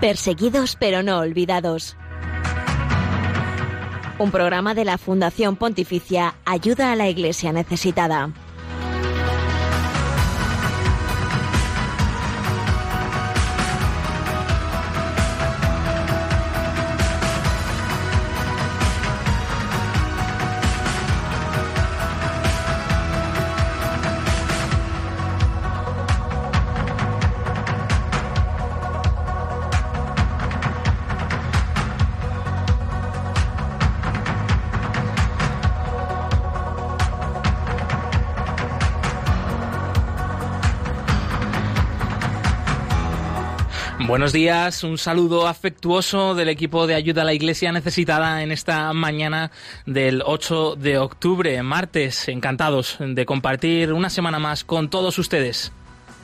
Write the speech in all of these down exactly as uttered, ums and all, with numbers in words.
Perseguidos pero no olvidados. Un programa de la Fundación Pontificia Ayuda a la Iglesia Necesitada. Buenos días, un saludo afectuoso del equipo de Ayuda a la Iglesia Necesitada en esta mañana del ocho de octubre, martes. Encantados de compartir una semana más con todos ustedes.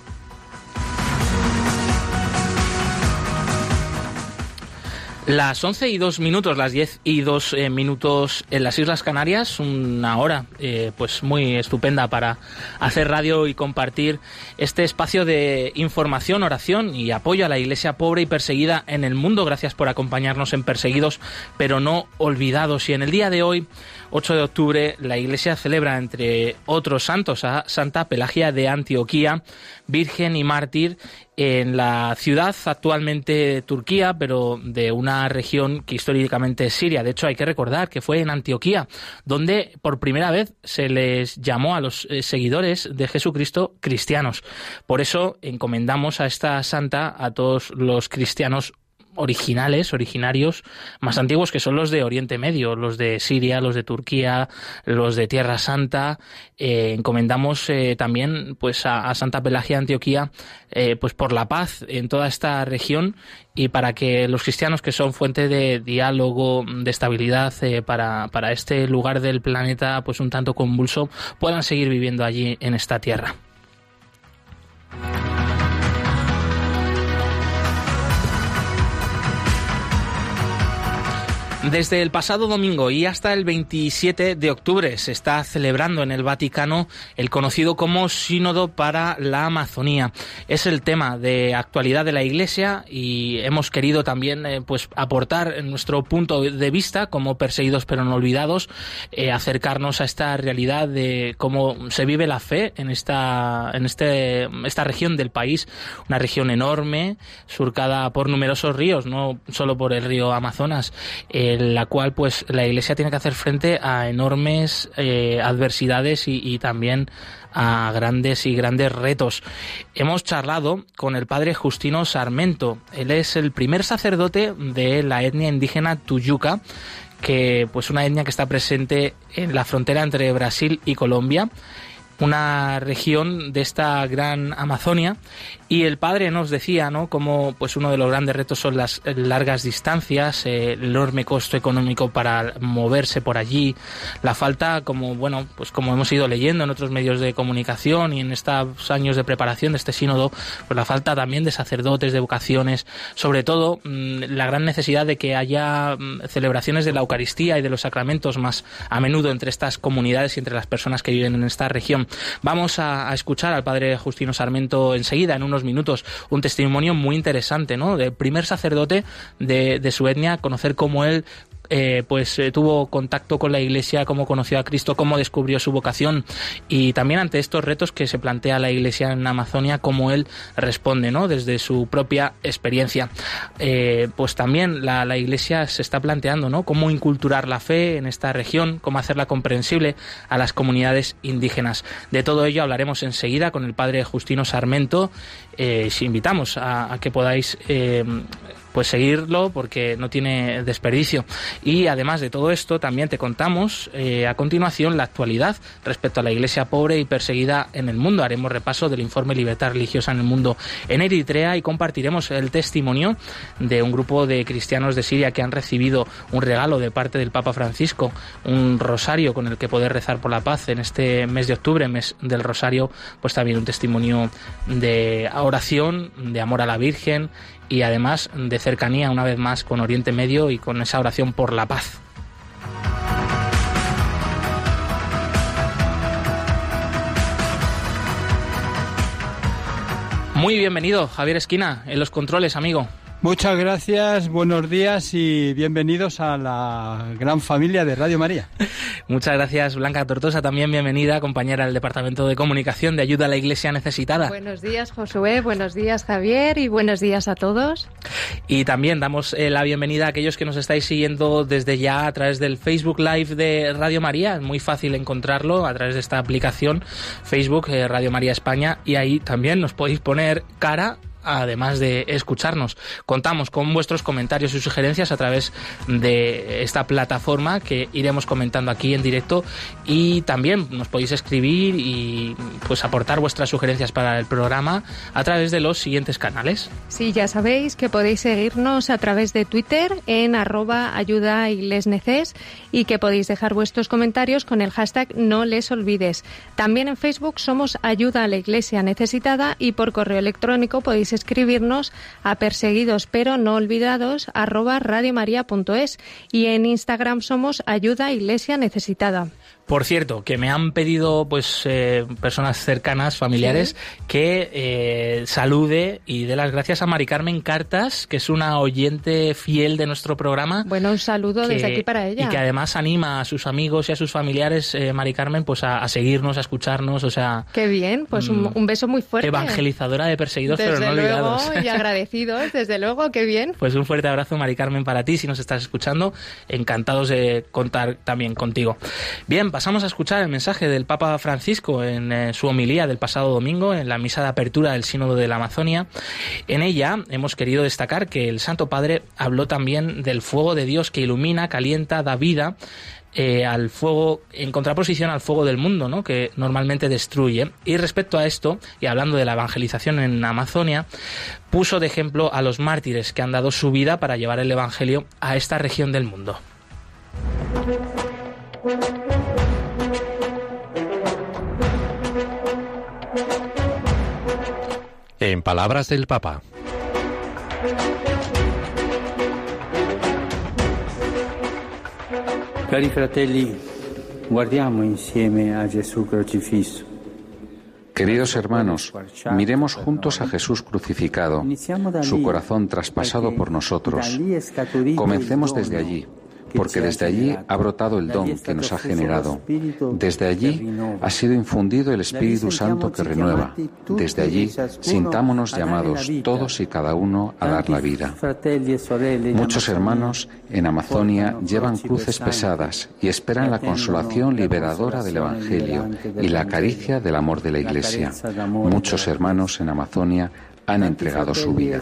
Las once y dos minutos, las diez y dos eh, minutos en las Islas Canarias, una hora eh, pues muy estupenda para hacer radio y compartir este espacio de información, oración y apoyo a la Iglesia pobre y perseguida en el mundo. Gracias por acompañarnos en Perseguidos pero no olvidados. Y en el día de hoy, ocho de octubre, la Iglesia celebra, entre otros santos, a Santa Pelagia de Antioquía, virgen y mártir, en la ciudad actualmente Turquía, pero de una región que históricamente es Siria. De hecho, hay que recordar que fue en Antioquía donde por primera vez se les llamó a los eh, seguidores de Jesucristo cristianos. Por eso encomendamos a esta santa a todos los cristianos originales, originarios, más antiguos, que son los de Oriente Medio, los de Siria, los de Turquía, los de Tierra Santa. Eh, encomendamos eh, también pues a, a Santa Pelagia de Antioquía eh, pues por la paz en toda esta región y para que los cristianos, que son fuente de diálogo, de estabilidad eh, para, para este lugar del planeta pues un tanto convulso, puedan seguir viviendo allí en esta tierra. Desde el pasado domingo y hasta el veintisiete de octubre se está celebrando en el Vaticano el conocido como Sínodo para la Amazonía. Es el tema de actualidad de la Iglesia y hemos querido también eh, pues aportar nuestro punto de vista como perseguidos pero no olvidados, eh, acercarnos a esta realidad de cómo se vive la fe en esta en este esta región del país, una región enorme, surcada por numerosos ríos, no solo por el río Amazonas, eh, en la cual pues la Iglesia tiene que hacer frente a enormes eh, adversidades y, y también a grandes y grandes retos. Hemos charlado con el padre Justino Sarmento. Él es el primer sacerdote de la etnia indígena Tuyuca, que pues una etnia que está presente en la frontera entre Brasil y Colombia, una región de esta gran Amazonia. Y el padre nos decía, ¿no?, como pues uno de los grandes retos son las largas distancias, eh, el enorme costo económico para moverse por allí, la falta, como bueno, pues como hemos ido leyendo en otros medios de comunicación y en estos años de preparación de este sínodo, pues la falta también de sacerdotes, de vocaciones, sobre todo mmm, la gran necesidad de que haya mmm, celebraciones de la Eucaristía y de los sacramentos más a menudo entre estas comunidades y entre las personas que viven en esta región. Vamos a, a escuchar al padre Justino Sarmento enseguida, en unos minutos, un testimonio muy interesante, ¿no?, del primer sacerdote de, de su etnia, conocer cómo él Eh, pues eh, tuvo contacto con la Iglesia, cómo conoció a Cristo, cómo descubrió su vocación, y también ante estos retos que se plantea la Iglesia en Amazonia, cómo él responde, ¿no?, desde su propia experiencia. Eh, pues también la, la Iglesia se está planteando, ¿no?, cómo inculturar la fe en esta región, cómo hacerla comprensible a las comunidades indígenas. De todo ello hablaremos enseguida con el padre Justino Sarmento. Eh, os invitamos a, a que podáis eh, pues seguirlo, porque no tiene desperdicio. Y además de todo esto, también te contamos eh, a continuación la actualidad respecto a la Iglesia pobre y perseguida en el mundo. Haremos repaso del informe Libertad Religiosa en el Mundo en Eritrea y compartiremos el testimonio de un grupo de cristianos de Siria que han recibido un regalo de parte del Papa Francisco, un rosario con el que poder rezar por la paz en este mes de octubre, mes del rosario. Pues también un testimonio de oración, de amor a la Virgen y además de cercanía una vez más con Oriente Medio y con esa oración por la paz. Muy bienvenido, Javier Esquina, en los controles, amigo. Muchas gracias, buenos días y bienvenidos a la gran familia de Radio María. Muchas gracias, Blanca Tortosa, también bienvenida, compañera del Departamento de Comunicación de Ayuda a la Iglesia Necesitada. Buenos días, Josué, buenos días, Javier, y buenos días a todos. Y también damos eh, la bienvenida a aquellos que nos estáis siguiendo desde ya a través del Facebook Live de Radio María. Es muy fácil encontrarlo a través de esta aplicación Facebook eh, Radio María España, y ahí también nos podéis poner cara, además de escucharnos. Contamos con vuestros comentarios y sugerencias a través de esta plataforma que iremos comentando aquí en directo, y también nos podéis escribir y pues aportar vuestras sugerencias para el programa a través de los siguientes canales. Sí, ya sabéis que podéis seguirnos a través de Twitter en arroba ayuda iglesneces, y que podéis dejar vuestros comentarios con el hashtag no les olvides. También en Facebook somos Ayuda a la Iglesia Necesitada, y por correo electrónico podéis escribirnos a perseguidos pero no olvidados arroba radiomaria.es, y en Instagram somos Ayuda Iglesia Necesitada. Por cierto, que me han pedido pues eh, personas cercanas, familiares, ¿sí?, que eh, salude y dé las gracias a Mari Carmen Cartas, que es una oyente fiel de nuestro programa. Bueno, un saludo que, desde aquí para ella. Y que además anima a sus amigos y a sus familiares, eh, Mari Carmen, pues a, a seguirnos, a escucharnos, o sea... Qué bien, pues un, un beso muy fuerte. Evangelizadora de perseguidos desde pero no luego, olvidados. Y agradecidos, desde luego, qué bien. Pues un fuerte abrazo, Mari Carmen, para ti, si nos estás escuchando. Encantados de contar también contigo. Bien, pasamos a escuchar el mensaje del Papa Francisco en eh, su homilía del pasado domingo en la misa de apertura del Sínodo de la Amazonia. En ella hemos querido destacar que el Santo Padre habló también del fuego de Dios que ilumina, calienta, da vida, eh, al fuego, en contraposición al fuego del mundo, ¿no?, que normalmente destruye. Y respecto a esto, y hablando de la evangelización en Amazonia, puso de ejemplo a los mártires que han dado su vida para llevar el Evangelio a esta región del mundo. En palabras del Papa. Cari fratelli, guardiamo insieme a Gesù crocifisso. Queridos hermanos, miremos juntos a Jesús crucificado, su corazón traspasado por nosotros. Comencemos desde allí, porque desde allí ha brotado el don que nos ha generado. Desde allí ha sido infundido el Espíritu Santo que renueva. Desde allí sintámonos llamados todos y cada uno a dar la vida. Muchos hermanos en Amazonia llevan cruces pesadas y esperan la consolación liberadora del Evangelio y la caricia del amor de la Iglesia. Muchos hermanos en Amazonia han entregado su vida.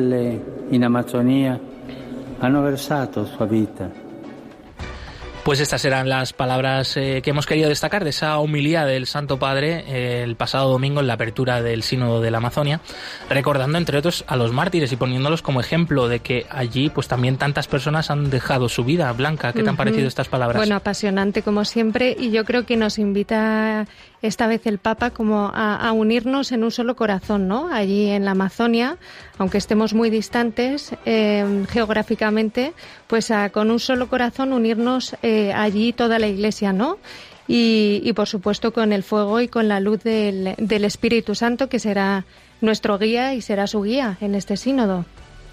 Pues estas eran las palabras eh, que hemos querido destacar de esa homilía del Santo Padre eh, el pasado domingo en la apertura del Sínodo de la Amazonia, recordando entre otros a los mártires y poniéndolos como ejemplo de que allí pues también tantas personas han dejado su vida. Blanca, ¿qué te han parecido estas palabras? Bueno, apasionante como siempre, y yo creo que nos invita esta vez el Papa como a, a unirnos en un solo corazón, ¿no? Allí en la Amazonia, aunque estemos muy distantes eh, geográficamente, pues a, con un solo corazón unirnos eh, allí toda la Iglesia, ¿no? Y, y por supuesto con el fuego y con la luz del, del Espíritu Santo, que será nuestro guía y será su guía en este sínodo.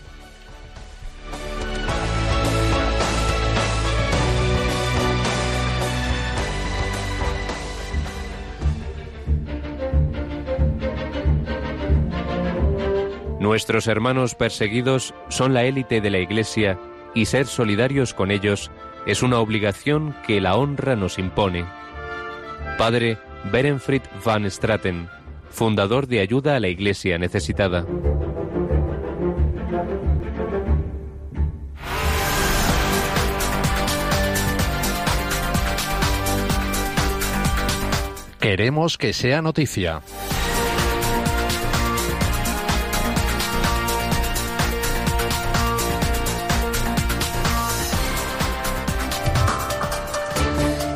Nuestros hermanos perseguidos son la élite de la Iglesia y ser solidarios con ellos es una obligación que la honra nos impone. Padre Berenfried van Straten, fundador de Ayuda a la Iglesia Necesitada. Queremos que sea noticia.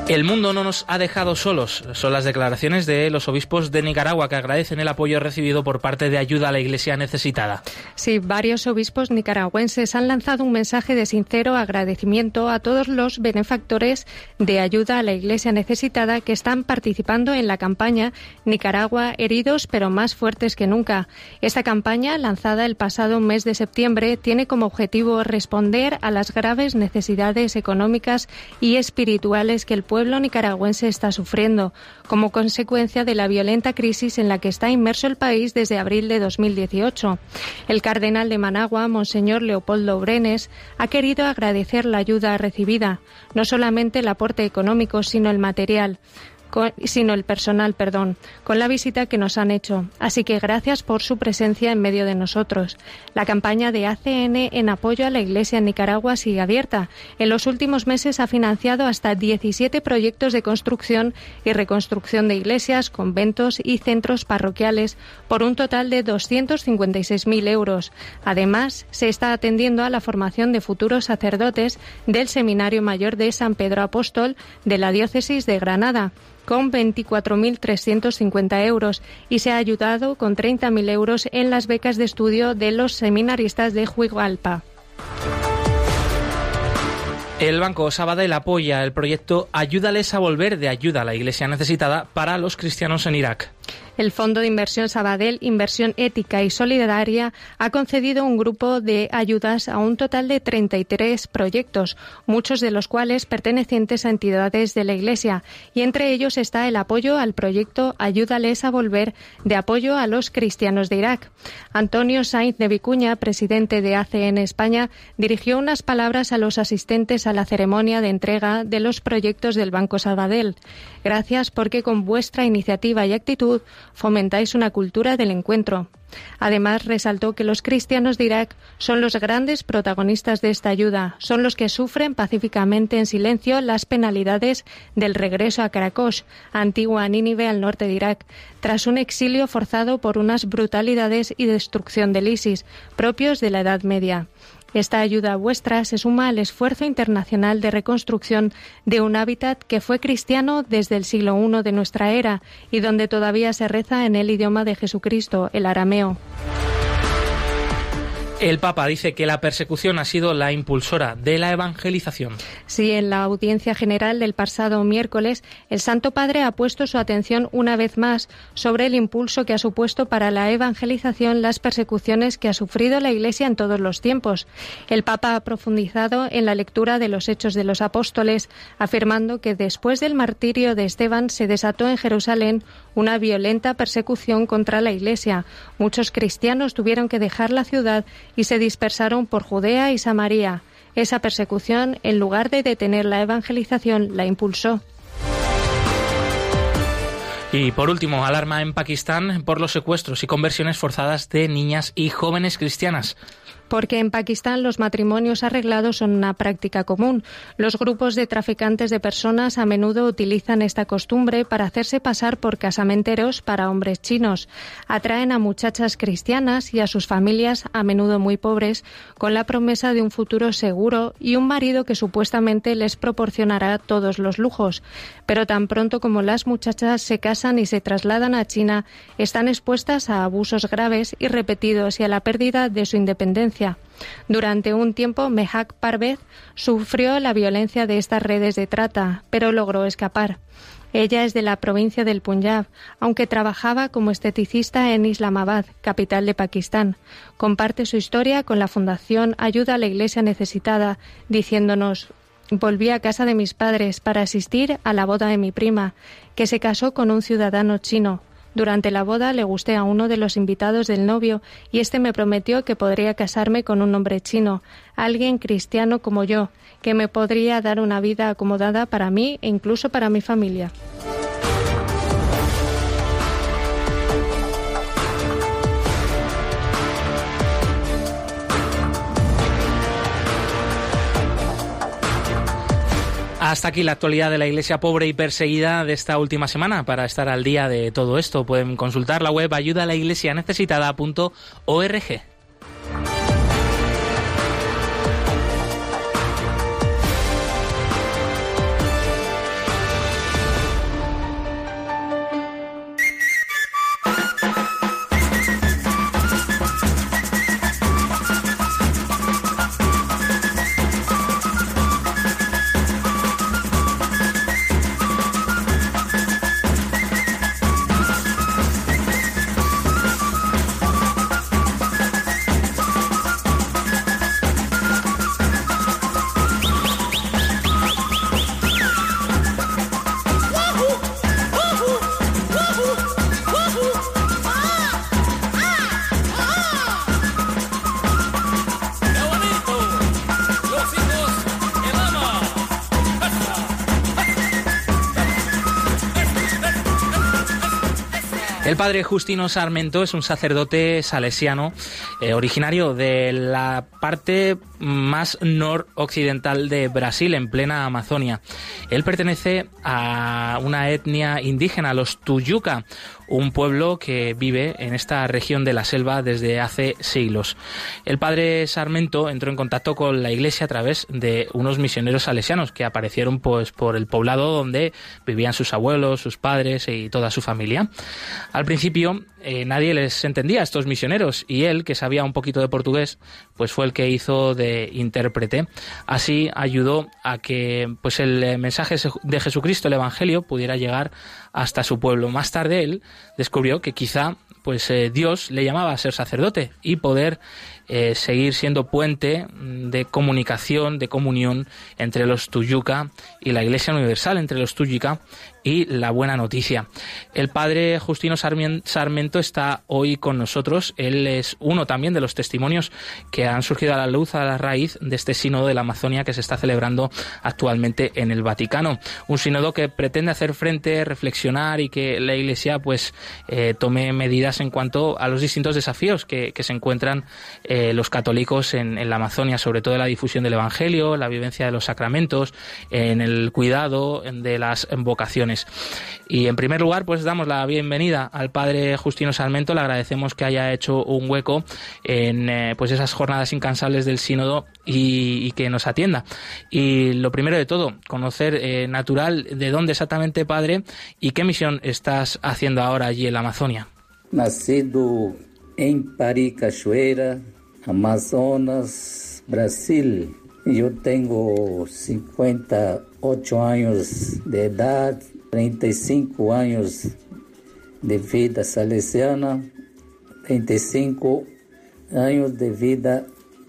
El mundo no nos ha dejado solos. Son las declaraciones de los obispos de Nicaragua, que agradecen el apoyo recibido por parte de Ayuda a la Iglesia Necesitada. Sí, varios obispos nicaragüenses han lanzado un mensaje de sincero agradecimiento a todos los benefactores de Ayuda a la Iglesia Necesitada que están participando en la campaña Nicaragua heridos pero más fuertes que nunca. Esta campaña, lanzada el pasado mes de septiembre, tiene como objetivo responder a las graves necesidades económicas y espirituales que el pueblo pueblo nicaragüense está sufriendo como consecuencia de la violenta crisis en la que está inmerso el país desde abril de dos mil dieciocho. El cardenal de Managua, Monseñor Leopoldo Brenes, ha querido agradecer la ayuda recibida, no solamente el aporte económico, sino el material. Con, sino el personal, perdón, con la visita que nos han hecho. Así que gracias por su presencia en medio de nosotros. La campaña de A C N en apoyo a la Iglesia en Nicaragua sigue abierta. En los últimos meses ha financiado hasta diecisiete proyectos de construcción y reconstrucción de iglesias, conventos y centros parroquiales por un total de doscientos cincuenta y seis mil euros. Además, se está atendiendo a la formación de futuros sacerdotes del Seminario Mayor de San Pedro Apóstol de la Diócesis de Granada, con veinticuatro mil trescientos cincuenta euros, y se ha ayudado con treinta mil euros en las becas de estudio de los seminaristas de Juigalpa. El Banco Sabadell apoya el proyecto Ayúdales a Volver de Ayuda a la Iglesia Necesitada para los cristianos en Irak. El Fondo de Inversión Sabadell, Inversión Ética y Solidaria, ha concedido un grupo de ayudas a un total de treinta y tres proyectos, muchos de los cuales pertenecientes a entidades de la Iglesia, y entre ellos está el apoyo al proyecto Ayúdales a Volver de apoyo a los cristianos de Irak. Antonio Sainz de Vicuña, presidente de A C N España, dirigió unas palabras a los asistentes a la ceremonia de entrega de los proyectos del Banco Sabadell. Gracias porque con vuestra iniciativa y actitud fomentáis una cultura del encuentro. Además, resaltó que los cristianos de Irak son los grandes protagonistas de esta ayuda, son los que sufren pacíficamente en silencio las penalidades del regreso a Karakosh, antigua Nínive al norte de Irak, tras un exilio forzado por unas brutalidades y destrucción del ISIS, propios de la Edad Media. Esta ayuda vuestra se suma al esfuerzo internacional de reconstrucción de un hábitat que fue cristiano desde el siglo primero de nuestra era y donde todavía se reza en el idioma de Jesucristo, el arameo. El Papa dice que la persecución ha sido la impulsora de la evangelización. Sí, en la audiencia general del pasado miércoles, el Santo Padre ha puesto su atención una vez más sobre el impulso que ha supuesto para la evangelización las persecuciones que ha sufrido la Iglesia en todos los tiempos. El Papa ha profundizado en la lectura de los Hechos de los Apóstoles, afirmando que después del martirio de Esteban se desató en Jerusalén una violenta persecución contra la Iglesia. Muchos cristianos tuvieron que dejar la ciudad y se dispersaron por Judea y Samaria. Esa persecución, en lugar de detener la evangelización, la impulsó. Y por último, alarma en Pakistán por los secuestros y conversiones forzadas de niñas y jóvenes cristianas. Porque en Pakistán los matrimonios arreglados son una práctica común. Los grupos de traficantes de personas a menudo utilizan esta costumbre para hacerse pasar por casamenteros para hombres chinos. Atraen a muchachas cristianas y a sus familias, a menudo muy pobres, con la promesa de un futuro seguro y un marido que supuestamente les proporcionará todos los lujos. Pero tan pronto como las muchachas se casan y se trasladan a China, están expuestas a abusos graves y repetidos y a la pérdida de su independencia. Durante un tiempo, Mehak Parvez sufrió la violencia de estas redes de trata, pero logró escapar. Ella es de la provincia del Punjab, aunque trabajaba como esteticista en Islamabad, capital de Pakistán. Comparte su historia con la Fundación Ayuda a la Iglesia Necesitada, diciéndonos: volví a casa de mis padres para asistir a la boda de mi prima, que se casó con un ciudadano chino. Durante la boda le gusté a uno de los invitados del novio y este me prometió que podría casarme con un hombre chino, alguien cristiano como yo, que me podría dar una vida acomodada para mí e incluso para mi familia. Hasta aquí la actualidad de la Iglesia pobre y perseguida de esta última semana. Para estar al día de todo esto pueden consultar la web ayuda a la iglesia necesitada punto org. El padre Justino Sarmento es un sacerdote salesiano eh, originario de la parte más noroccidental de Brasil, en plena Amazonia. Él pertenece a una etnia indígena, los Tuyuca, un pueblo que vive en esta región de la selva desde hace siglos. El padre Sarmento entró en contacto con la Iglesia a través de unos misioneros salesianos que aparecieron pues por el poblado donde vivían sus abuelos, sus padres y toda su familia. Al principio eh, nadie les entendía a estos misioneros y él, que sabía un poquito de portugués, pues fue el que hizo de intérprete. Así ayudó a que pues el mensaje de Jesucristo, el Evangelio, pudiera llegar hasta su pueblo. Más tarde él descubrió que quizá pues eh, Dios le llamaba a ser sacerdote y poder eh, seguir siendo puente de comunicación, de comunión entre los Tuyuca y la Iglesia Universal, entre los Tuyuca y la buena noticia. El padre Justino Sarmento está hoy con nosotros. Él es uno también de los testimonios que han surgido a la luz a la raíz de este sínodo de la Amazonia que se está celebrando actualmente en el Vaticano. Un sínodo que pretende hacer frente, reflexionar y que la Iglesia pues eh, tome medidas en cuanto a los distintos desafíos que, que se encuentran eh, los católicos en, en la Amazonia, sobre todo en la difusión del Evangelio, la vivencia de los sacramentos, en el cuidado de las vocaciones. Y en primer lugar pues damos la bienvenida al padre Justino Sarmento. Le agradecemos que haya hecho un hueco en eh, pues esas jornadas incansables del sínodo y, y que nos atienda. Y lo primero de todo, conocer eh, natural de dónde exactamente, padre, y qué misión estás haciendo ahora allí en la Amazonia. Nacido en Paricachoeira, Amazonas, Brasil. Yo tengo cincuenta y ocho años de edad, treinta y cinco años de vida salesiana, treinta y cinco años de vida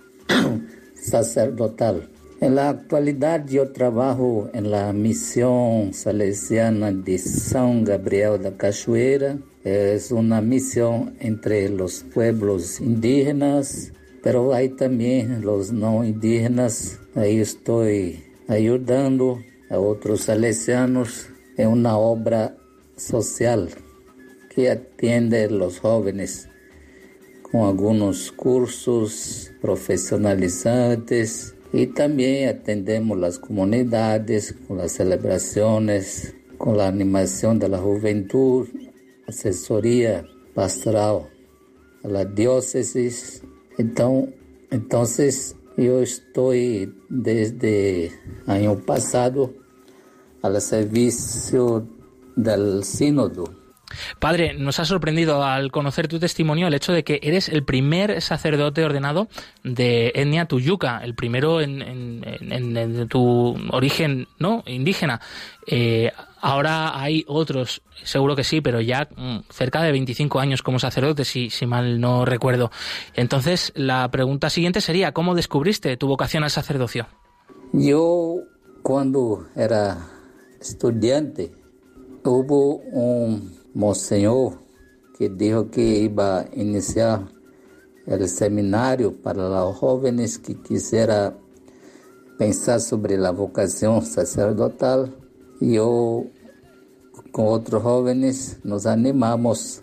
sacerdotal. En la actualidad yo trabajo en la misión salesiana de San Gabriel da Cachoeira. Es una misión entre los pueblos indígenas, pero hay también los no indígenas. Ahí estoy ayudando a otros salesianos en una obra social que atiende a los jóvenes con algunos cursos profesionalizantes y también atendemos las comunidades con las celebraciones, con la animación de la juventud, asesoría pastoral a la diócesis. Então, entonces yo estoy desde año pasado al servicio del sínodo. Padre, nos ha sorprendido al conocer tu testimonio el hecho de que eres el primer sacerdote ordenado de etnia Tuyuca, el primero en, en, en, en tu origen, ¿no?, indígena. Eh, ahora hay otros, seguro que sí, pero ya mm, cerca de veinticinco años como sacerdote, si, si mal no recuerdo. Entonces, la pregunta siguiente sería, ¿cómo descubriste tu vocación al sacerdocio? Yo, cuando era estudiante, hubo un monseñor que dijo que iba a iniciar el seminario para los jóvenes que quisiera pensar sobre la vocación sacerdotal. Yo, con otros jóvenes, nos animamos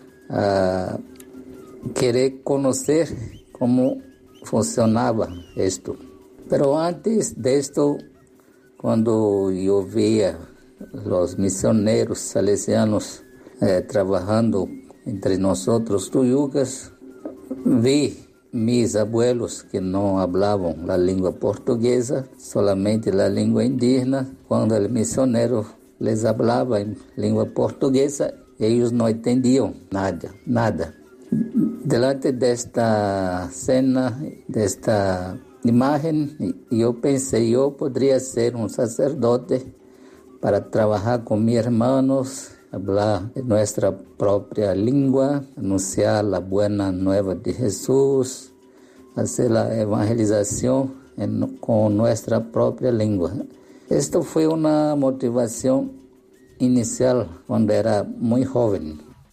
a querer conocer cómo funcionaba esto. Pero antes de esto, cuando yo veía los misioneros salesianos eh, trabajando entre nosotros tuyucas, vi mis abuelos que no hablaban la lengua portuguesa, solamente la lengua indígena. Cuando el misionero les hablaba en lengua portuguesa, ellos no entendían nada, nada. Delante de esta escena, de esta imagen, yo pensé, yo podría ser un sacerdote para trabajar con mis hermanos, hablar de nuestra propia lengua, anunciar la buena nueva de Jesús, hacer la evangelización en, con nuestra propia lengua. Esto fue una motivación inicial cuando era muy joven.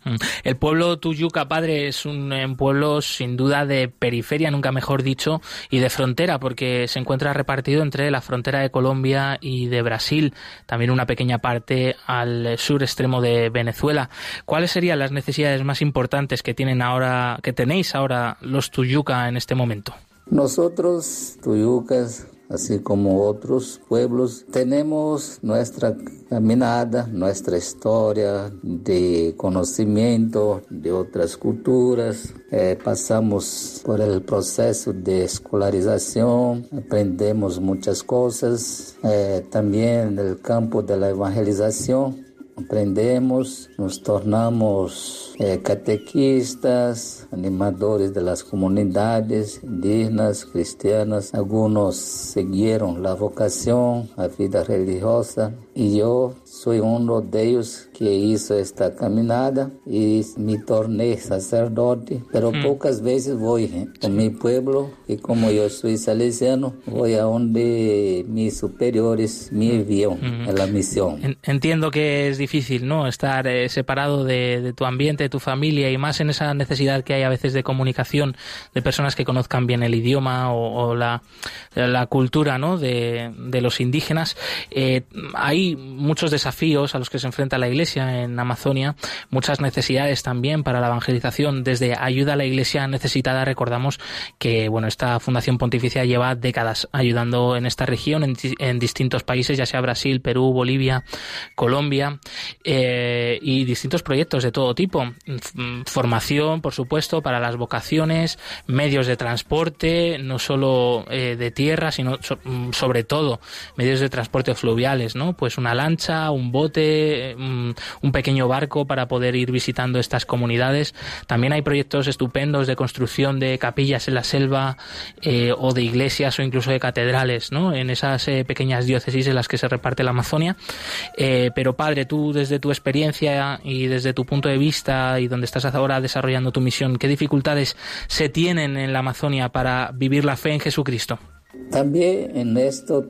El pueblo Tuyuca, padre, es un, un pueblo sin duda de periferia, nunca mejor dicho, y de frontera, porque se encuentra repartido entre la frontera de Colombia y de Brasil, también una pequeña parte al sur extremo de Venezuela. ¿Cuáles serían las necesidades más importantes que tienen ahora, que tenéis ahora los Tuyuca en este momento? Nosotros, Tuyucas, así como otros pueblos, tenemos nuestra caminada, nuestra historia de conocimiento de otras culturas. Eh, pasamos por el proceso de escolarización, aprendemos muchas cosas. Eh, también en el campo de la evangelización aprendemos, nos tornamos eh, catequistas, animadores de las comunidades indígenas, cristianas. Algunos siguieron la vocación, la vida religiosa, y yo soy uno de ellos que hizo esta caminada y me torné sacerdote, pero mm. pocas veces voy eh, con mi pueblo, y como yo soy salesiano, voy a donde mis superiores me envían mm. en la misión. Entiendo que es difícil, ¿no?, estar eh, separado de, de tu ambiente, de tu familia, y más en esa necesidad que hay a veces de comunicación, de personas que conozcan bien el idioma o, o la, la cultura, ¿no?, de, de los indígenas. Eh, hay muchos desafíos a los que se enfrenta la Iglesia en Amazonia, muchas necesidades también para la evangelización, desde ayuda a la Iglesia necesitada. Recordamos que, bueno, esta Fundación Pontificia lleva décadas ayudando en esta región, en, en distintos países, ya sea Brasil, Perú, Bolivia, Colombia, eh, y distintos proyectos de todo tipo. Formación, por supuesto, para las vocaciones, medios de transporte, no solo eh, de tierra, sino so, sobre todo medios de transporte fluviales, ¿no? Pues una lancha, un bote, un, un pequeño barco para poder ir visitando estas comunidades. También hay proyectos estupendos de construcción de capillas en la selva, eh, o de iglesias o incluso de catedrales, ¿no?, en esas eh, pequeñas diócesis en las que se reparte la Amazonia. Eh, pero padre, tú desde tu experiencia y desde tu punto de vista y donde estás ahora desarrollando tu misión, ¿qué dificultades se tienen en la Amazonia para vivir la fe en Jesucristo? También en esto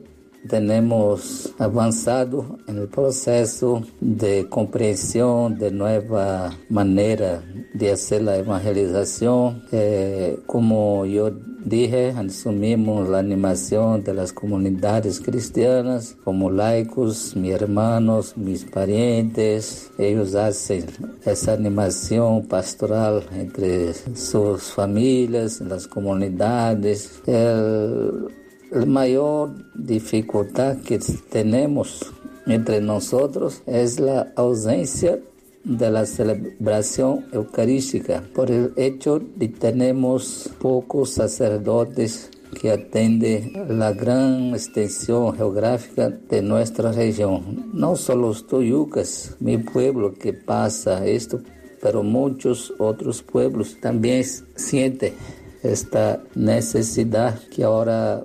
tenemos avanzado en el proceso de comprensión de nueva manera de hacer la evangelización. Eh, como yo dije, asumimos la animación de las comunidades cristianas como laicos, mis hermanos, mis parientes. Ellos hacen esa animación pastoral entre sus familias, las comunidades. El, La mayor dificultad que tenemos entre nosotros es la ausencia de la celebración eucarística, por el hecho de que tenemos pocos sacerdotes que atienden la gran extensión geográfica de nuestra región. No solo los Tuyucas, mi pueblo, que pasa esto, pero muchos otros pueblos también sienten esta necesidad que ahora.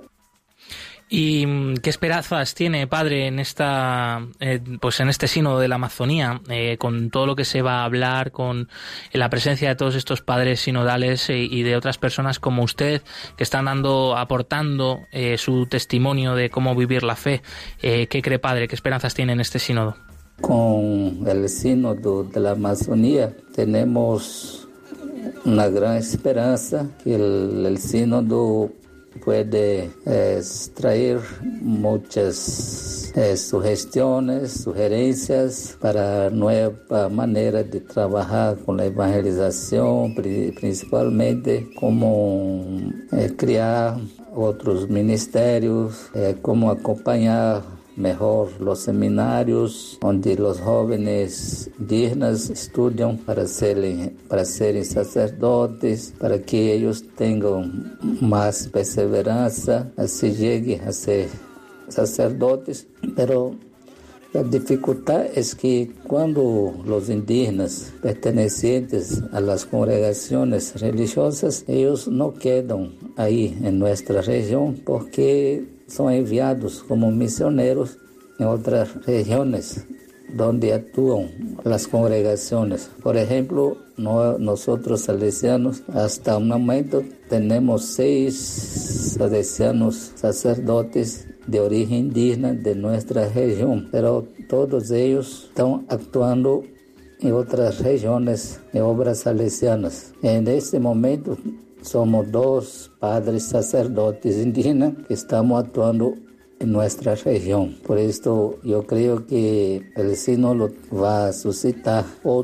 ¿Y qué esperanzas tiene, padre, en esta, eh, pues en este sínodo de la Amazonía, eh, con todo lo que se va a hablar, con la presencia de todos estos padres sinodales eh, y de otras personas como usted, que están dando, aportando eh, su testimonio de cómo vivir la fe? Eh, ¿Qué cree, padre? ¿Qué esperanzas tiene en este sínodo? Con el sínodo de la Amazonía tenemos una gran esperanza que el, el sínodo puede eh, traer muchas eh, sugestiones, sugerencias para nueva manera de trabajar con la evangelización, principalmente como eh, crear otros ministerios, eh, cómo acompañar mejor los seminarios donde los jóvenes indígenas estudian para ser, para ser sacerdotes, para que ellos tengan más perseverancia, así lleguen a ser sacerdotes. Pero la dificultad es que cuando los indígenas pertenecientes a las congregaciones religiosas, ellos no quedan ahí en nuestra región porque son enviados como misioneros en otras regiones donde actúan las congregaciones. Por ejemplo, no, nosotros salesianos hasta un momento tenemos seis salesianos sacerdotes de origen indígena de nuestra región, pero todos ellos están actuando en otras regiones, en obras salesianas. En este momento somos dos padres sacerdotes indígenas que estamos actuando en nuestra región. Por esto yo creo que el sínodo va a suscitar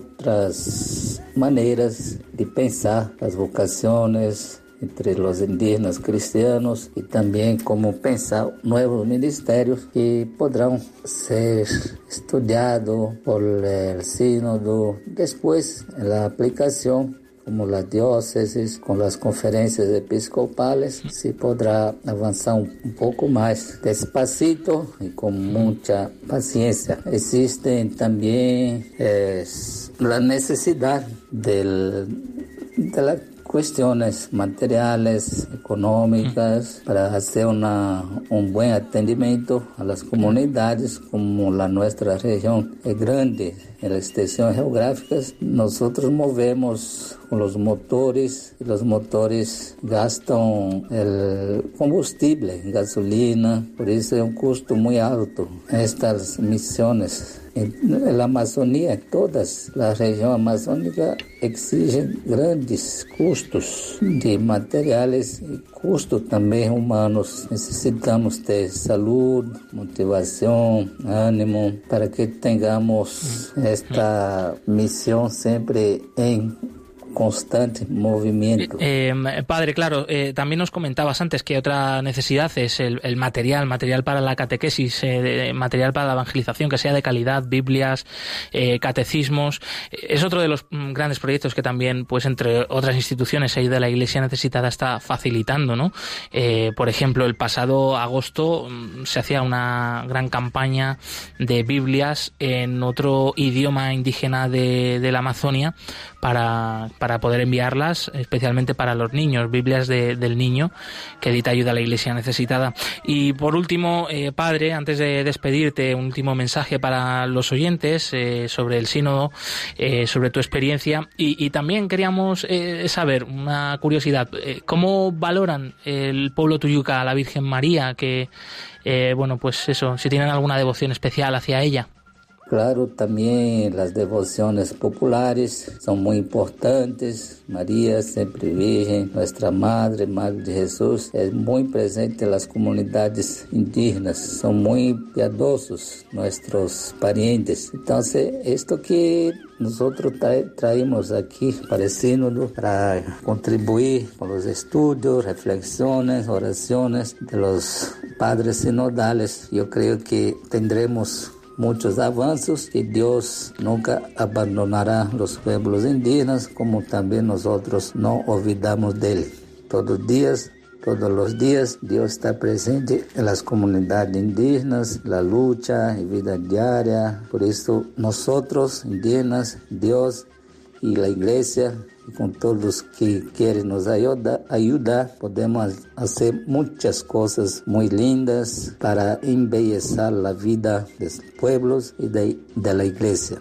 otras maneras de pensar las vocaciones entre los indígenas cristianos y también cómo pensar nuevos ministerios que podrán ser estudiados por el sínodo después en la aplicación, como las diócesis, con las conferencias episcopales, se podrá avanzar un, un poco más despacito y con mucha paciencia. Existen también eh, la necesidad del, de las cuestiones materiales, económicas, para hacer una, un buen atendimiento a las comunidades, como la nuestra región es grande en la extensión geográfica. Nosotros movemos con los motores, y los motores gastan el combustible, gasolina, por eso es un costo muy alto. Estas misiones en la Amazonía, todas las regiones amazónicas exigen grandes costos de materiales y costos también humanos. Necesitamos de salud, motivación, ánimo, para que tengamos esta misión siempre en constante movimiento. Eh, eh, padre, claro, eh, también nos comentabas antes que otra necesidad es el, el material, material para la catequesis, eh, material para la evangelización, que sea de calidad, Biblias, eh, catecismos. Es otro de los mm, grandes proyectos que también, pues entre otras instituciones ahí de la Iglesia Necesitada está facilitando, ¿no? Eh, por ejemplo, el pasado agosto mm, se hacía una gran campaña de Biblias en otro idioma indígena de, de la Amazonia para para poder enviarlas, especialmente para los niños, Biblias de, del Niño, que edita Ayuda a la Iglesia Necesitada. Y por último, eh, padre, antes de despedirte, un último mensaje para los oyentes eh, sobre el sínodo, eh, sobre tu experiencia, y, y también queríamos eh, saber, una curiosidad, eh, ¿cómo valoran el pueblo Tuyuca a la Virgen María? Que, eh, bueno, pues eso, si tienen alguna devoción especial hacia ella. Claro, también las devociones populares son muy importantes. María, siempre Virgen, nuestra Madre, Madre de Jesús, es muy presente en las comunidades indígenas. Son muy piadosos nuestros parientes. Entonces, esto que nosotros tra- traemos aquí para el sínodo, para contribuir con los estudios, reflexiones, oraciones de los padres sinodales, yo creo que tendremos muchos avances, que Dios nunca abandonará los pueblos indígenas, como también nosotros no olvidamos de él. Todos los días, todos los días, Dios está presente en las comunidades indígenas, la lucha y vida diaria. Por eso nosotros, indígenas, Dios y la Iglesia, y con todos los que quieren nos ayuda, ayudar, podemos hacer muchas cosas muy lindas para embellecer la vida de los pueblos y de, de la Iglesia.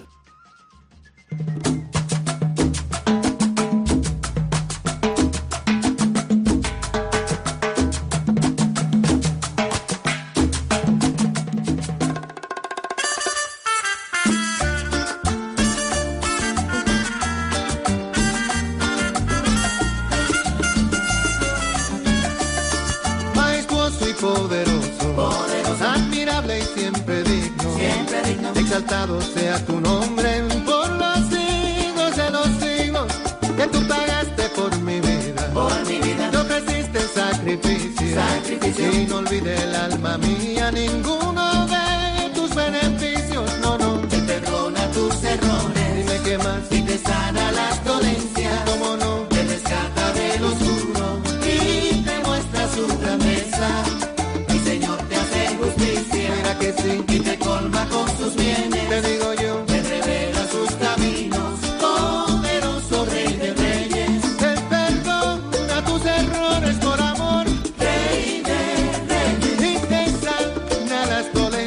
Exaltado sea tu nombre por los siglos de los siglos, que tú pagaste por mi vida, por mi vida. Tú ofreciste sacrificio, sacrificio, y no olvide el alma mía ninguno de tus beneficios, no, no. Te perdona tus errores, dime qué más, y te sana las dolencias, cómo no, te rescata del oscuro y te muestra su grandeza. Mi Señor te hace justicia, mira que sí, y te colma con sus bienes. Te digo yo, te revela sus caminos, poderoso Rey de Reyes. Te perdona tus errores por amor, Rey de Reyes, y te sana las dolencias.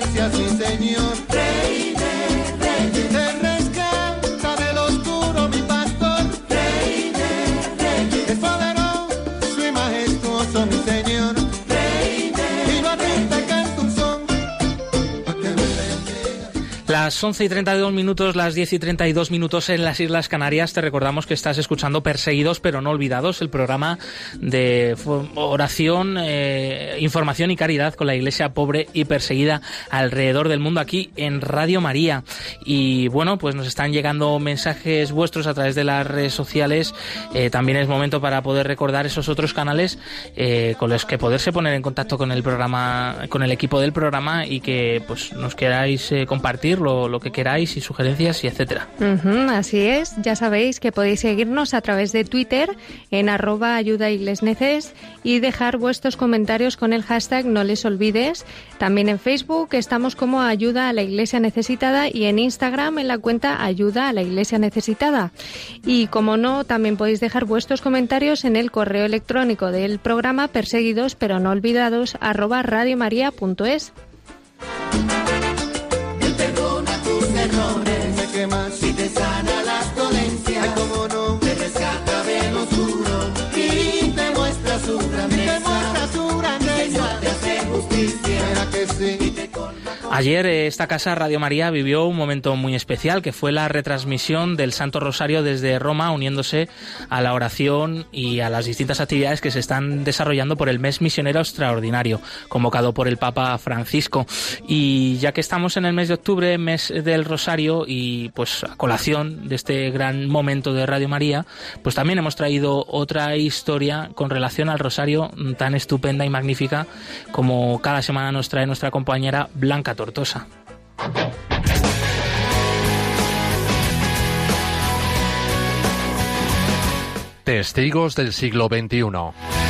Las once y treinta y dos minutos, las diez y treinta y dos minutos en las Islas Canarias. Te recordamos que estás escuchando Perseguidos pero no olvidados, el programa de oración, eh, información y caridad con la Iglesia pobre y perseguida alrededor del mundo, aquí en Radio María. Y bueno, pues nos están llegando mensajes vuestros a través de las redes sociales. Eh, también es momento para poder recordar esos otros canales eh, con los que poderse poner en contacto con el programa, con el equipo del programa, y que pues nos queráis eh, compartir Lo, lo que queráis y sugerencias y etcétera. Uh-huh, así es, ya sabéis que podéis seguirnos a través de Twitter en arroba ayudaiglesneces y dejar vuestros comentarios con el hashtag no les olvides. También en Facebook estamos como Ayuda a la Iglesia Necesitada y en Instagram en la cuenta Ayuda a la Iglesia Necesitada. Y como no, también podéis dejar vuestros comentarios en el correo electrónico del programa perseguidos pero no olvidados arroba radiomaria.es. Me quemas y te sana las dolencias. Ay, cómo no, te rescata del oscuro y te muestra su grandeza. Te muestra su grandeza. Te hace justicia. Mira que sí. Ayer esta casa, Radio María, vivió un momento muy especial, que fue la retransmisión del Santo Rosario desde Roma, uniéndose a la oración y a las distintas actividades que se están desarrollando por el Mes Misionero Extraordinario, convocado por el Papa Francisco. Y ya que estamos en el mes de octubre, mes del Rosario, y pues a colación de este gran momento de Radio María, pues también hemos traído otra historia con relación al Rosario tan estupenda y magnífica como cada semana nos trae nuestra compañera Blanca Tortosa. Testigos del siglo veintiuno.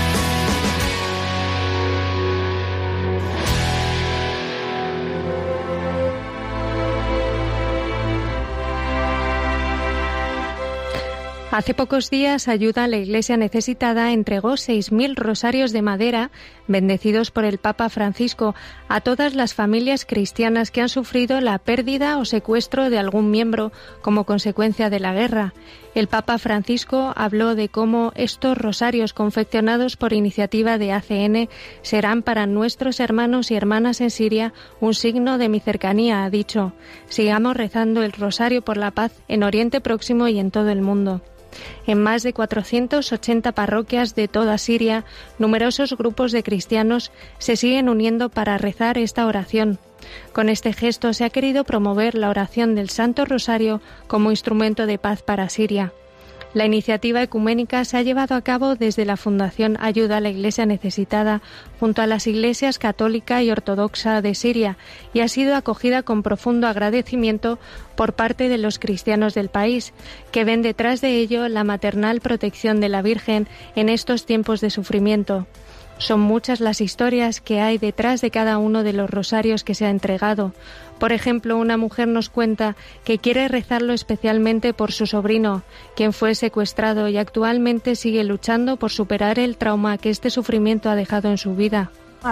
Hace pocos días, Ayuda a la Iglesia Necesitada entregó seis mil rosarios de madera, bendecidos por el Papa Francisco, a todas las familias cristianas que han sufrido la pérdida o secuestro de algún miembro como consecuencia de la guerra. El Papa Francisco habló de cómo estos rosarios confeccionados por iniciativa de A C N serán para nuestros hermanos y hermanas en Siria un signo de mi cercanía, ha dicho. Sigamos rezando el rosario por la paz en Oriente Próximo y en todo el mundo. En más de cuatrocientas ochenta parroquias de toda Siria, numerosos grupos de cristianos se siguen uniendo para rezar esta oración. Con este gesto se ha querido promover la oración del Santo Rosario como instrumento de paz para Siria. La iniciativa ecuménica se ha llevado a cabo desde la Fundación Ayuda a la Iglesia Necesitada junto a las iglesias católica y ortodoxa de Siria y ha sido acogida con profundo agradecimiento por parte de los cristianos del país, que ven detrás de ello la maternal protección de la Virgen en estos tiempos de sufrimiento. Son muchas las historias que hay detrás de cada uno de los rosarios que se ha entregado. Por ejemplo, una mujer nos cuenta que quiere rezarlo especialmente por su sobrino, quien fue secuestrado y actualmente sigue luchando por superar el trauma que este sufrimiento ha dejado en su vida.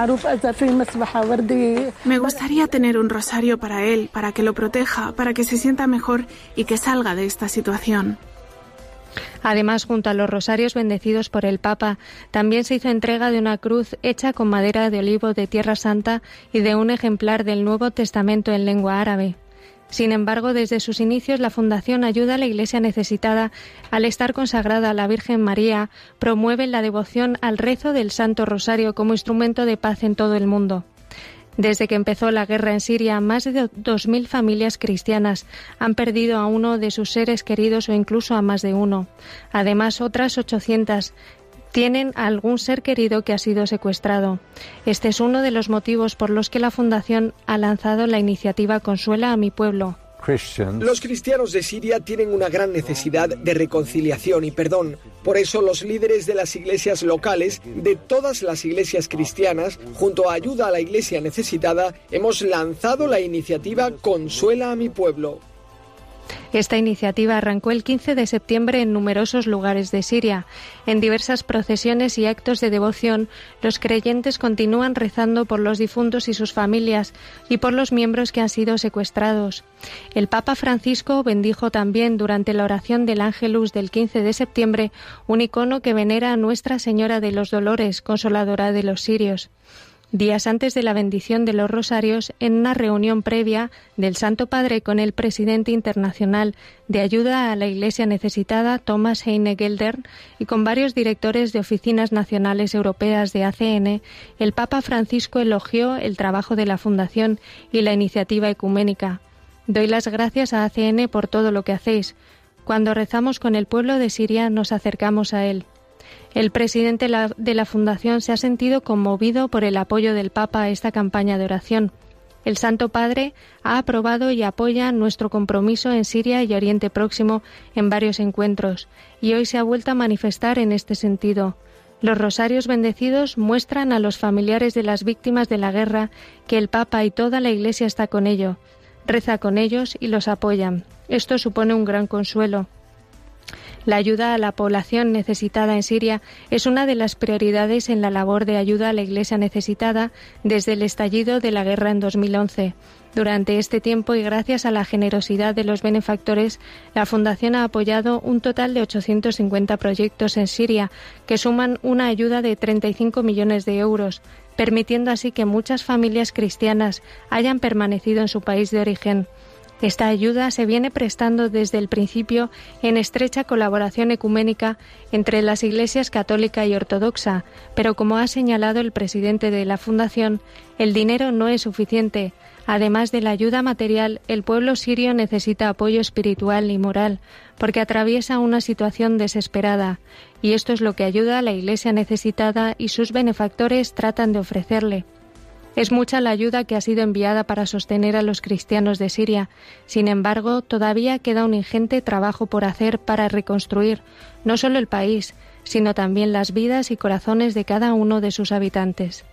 Me gustaría tener un rosario para él, para que lo proteja, para que se sienta mejor y que salga de esta situación. Además, junto a los rosarios bendecidos por el Papa, también se hizo entrega de una cruz hecha con madera de olivo de Tierra Santa y de un ejemplar del Nuevo Testamento en lengua árabe. Sin embargo, desde sus inicios, la Fundación Ayuda a la Iglesia Necesitada, al estar consagrada a la Virgen María, promueve la devoción al rezo del Santo Rosario como instrumento de paz en todo el mundo. Desde que empezó la guerra en Siria, más de dos mil familias cristianas han perdido a uno de sus seres queridos o incluso a más de uno. Además, otras ochocientas tienen a algún ser querido que ha sido secuestrado. Este es uno de los motivos por los que la Fundación ha lanzado la iniciativa Consuela a mi pueblo. Los cristianos de Siria tienen una gran necesidad de reconciliación y perdón. Por eso los líderes de las iglesias locales, de todas las iglesias cristianas, junto a Ayuda a la Iglesia Necesitada, hemos lanzado la iniciativa Consuela a mi pueblo. Esta iniciativa arrancó el quince de septiembre en numerosos lugares de Siria. En diversas procesiones y actos de devoción, los creyentes continúan rezando por los difuntos y sus familias y por los miembros que han sido secuestrados. El Papa Francisco bendijo también durante la oración del Ángelus del quince de septiembre un icono que venera a Nuestra Señora de los Dolores, consoladora de los sirios. días antes de la bendición de los rosarios, en una reunión previa del Santo Padre con el presidente internacional de ayuda a la Iglesia necesitada, Thomas Heine-Gelder, y con varios directores de oficinas nacionales europeas de A C N, el Papa Francisco elogió el trabajo de la Fundación y la iniciativa ecuménica. Doy las gracias a A C N por todo lo que hacéis. Cuando rezamos con el pueblo de Siria, nos acercamos a él. El presidente de la Fundación se ha sentido conmovido por el apoyo del Papa a esta campaña de oración. El Santo Padre ha aprobado y apoya nuestro compromiso en Siria y Oriente Próximo en varios encuentros, y hoy se ha vuelto a manifestar en este sentido. Los rosarios bendecidos muestran a los familiares de las víctimas de la guerra que el Papa y toda la Iglesia está con ellos, reza con ellos y los apoya. Esto supone un gran consuelo. La ayuda a la población necesitada en Siria es una de las prioridades en la labor de ayuda a la Iglesia necesitada desde el estallido de la guerra en dos mil once. Durante este tiempo y gracias a la generosidad de los benefactores, la Fundación ha apoyado un total de ochocientos cincuenta proyectos en Siria, que suman una ayuda de treinta y cinco millones de euros, permitiendo así que muchas familias cristianas hayan permanecido en su país de origen. Esta ayuda se viene prestando desde el principio en estrecha colaboración ecuménica entre las iglesias católica y ortodoxa, pero como ha señalado el presidente de la Fundación, el dinero no es suficiente. Además de la ayuda material, el pueblo sirio necesita apoyo espiritual y moral, porque atraviesa una situación desesperada, y esto es lo que ayuda a la Iglesia necesitada y sus benefactores tratan de ofrecerle. Es mucha la ayuda que ha sido enviada para sostener a los cristianos de Siria. Sin embargo, todavía queda un ingente trabajo por hacer para reconstruir no solo el país, sino también las vidas y corazones de cada uno de sus habitantes.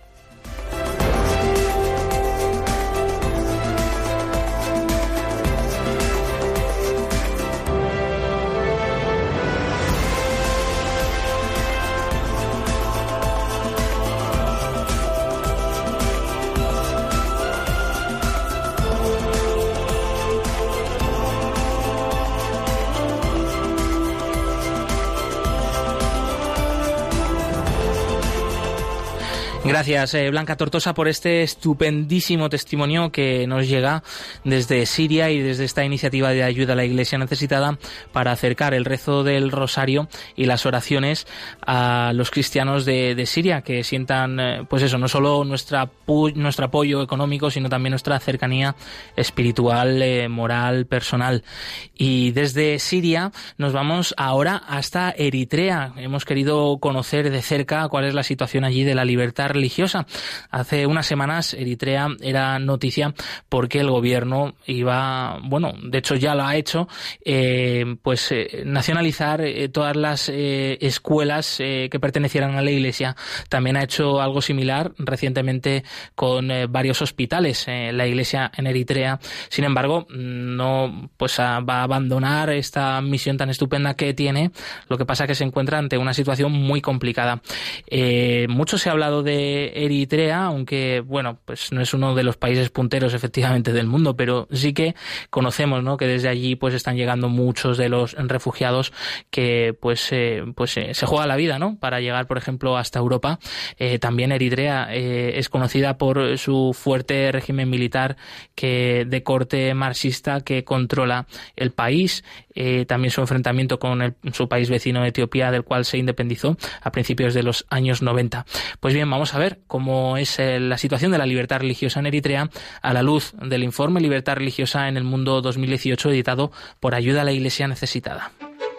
Gracias, eh, Blanca Tortosa, por este estupendísimo testimonio que nos llega desde Siria y desde esta iniciativa de ayuda a la Iglesia necesitada para acercar el rezo del rosario y las oraciones a los cristianos de, de Siria, que sientan, eh, pues eso, no solo nuestra pu- nuestro apoyo económico, sino también nuestra cercanía espiritual, eh, moral, personal. Y desde Siria nos vamos ahora hasta Eritrea. Hemos querido conocer de cerca cuál es la situación allí de la libertad religiosa. Hace unas semanas Eritrea era noticia porque el gobierno iba, bueno, de hecho ya lo ha hecho, eh, pues eh, nacionalizar eh, todas las eh, escuelas eh, que pertenecieran a la Iglesia. También ha hecho algo similar recientemente con eh, varios hospitales eh, la Iglesia en Eritrea. Sin embargo, no pues a, va a abandonar esta misión tan estupenda que tiene. Lo que pasa es que se encuentra ante una situación muy complicada. Eh, mucho se ha hablado de Eritrea, aunque bueno, pues no es uno de los países punteros efectivamente del mundo, pero sí que conocemos, ¿no?, que desde allí pues están llegando muchos de los refugiados que pues eh, pues eh, se juega la vida, ¿no?, para llegar, por ejemplo, hasta Europa. Eh, también Eritrea eh, es conocida por su fuerte régimen militar que de corte marxista que controla el país. Eh, también su enfrentamiento con el, su país vecino Etiopía, del cual se independizó a principios de los años noventa. Pues bien, vamos a ver cómo es eh, la situación de la libertad religiosa en Eritrea a la luz del informe Libertad Religiosa en el Mundo dos mil dieciocho, editado por Ayuda a la Iglesia Necesitada.